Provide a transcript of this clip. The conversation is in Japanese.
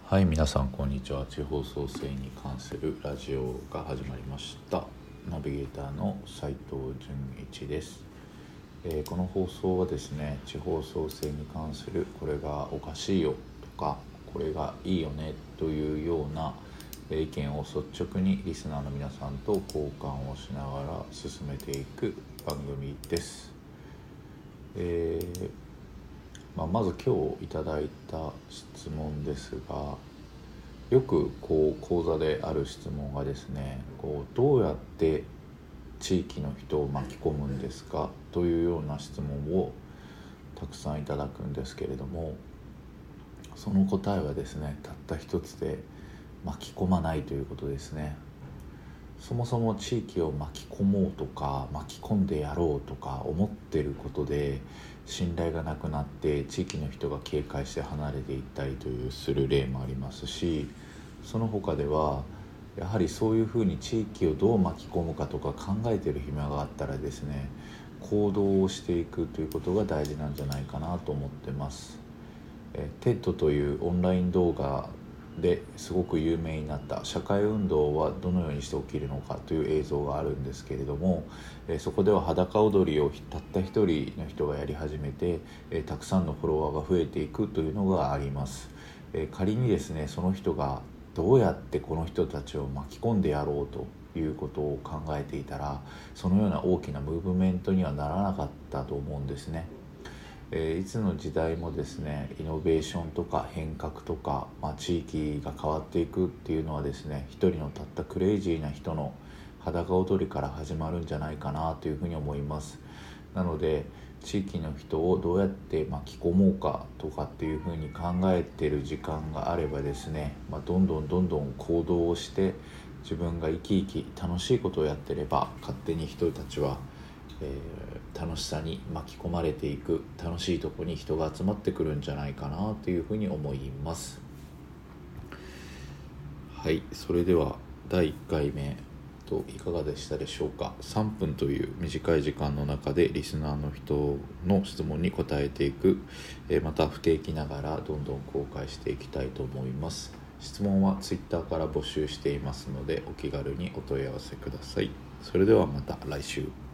はい、皆さんこんにちは。地方創生に関するラジオが始まりました。ナビゲーターの斉藤純一です。この放送はですね、地方創生に関するこれがおかしいよとかこれがいいよねというような意見を率直にリスナーの皆さんと交換をしながら進めていく番組です。まず今日いただいた質問ですが、よく講座である質問がですね、どうやって地域の人を巻き込むんですかというような質問をたくさんいただくんですけれども、その答えはですね、たった一つで、巻き込まないということですね。そもそも地域を巻き込もうとか巻き込んでやろうとか思ってることで信頼がなくなって地域の人が警戒して離れていったりというする例もありますし、その他ではやはりそういうふうに地域をどう巻き込むかとか考えている暇があったらですね、行動をしていくということが大事なんじゃないかなと思ってます。TED というオンライン動画ですごく有名になった社会運動はどのようにして起きるのかという映像があるんですけれども、そこでは裸踊りをたった一人の人がやり始めて、たくさんのフォロワーが増えていくというのがあります。仮にですね、その人がどうやってこの人たちを巻き込んでやろうということを考えていたら、そのような大きなムーブメントにはならなかったと思うんですね。いつの時代もですね、イノベーションとか変革とか、地域が変わっていくっていうのはですね、一人のたったクレイジーな人の裸踊りから始まるんじゃないかなというふうに思います。なので地域の人をどうやって巻き込もうかとかっていうふうに考えてる時間があればですね、どんどん行動をして自分が生き生き楽しいことをやってれば勝手に人たちは楽しさに巻き込まれていく、楽しいとこに人が集まってくるんじゃないかなというふうに思います。はい、それでは第1回目といかがでしたでしょうか。3分という短い時間の中でリスナーの人の質問に答えていく、また不定期ながらどんどん公開していきたいと思います。質問は Twitter から募集していますのでお気軽にお問い合わせください。それではまた来週。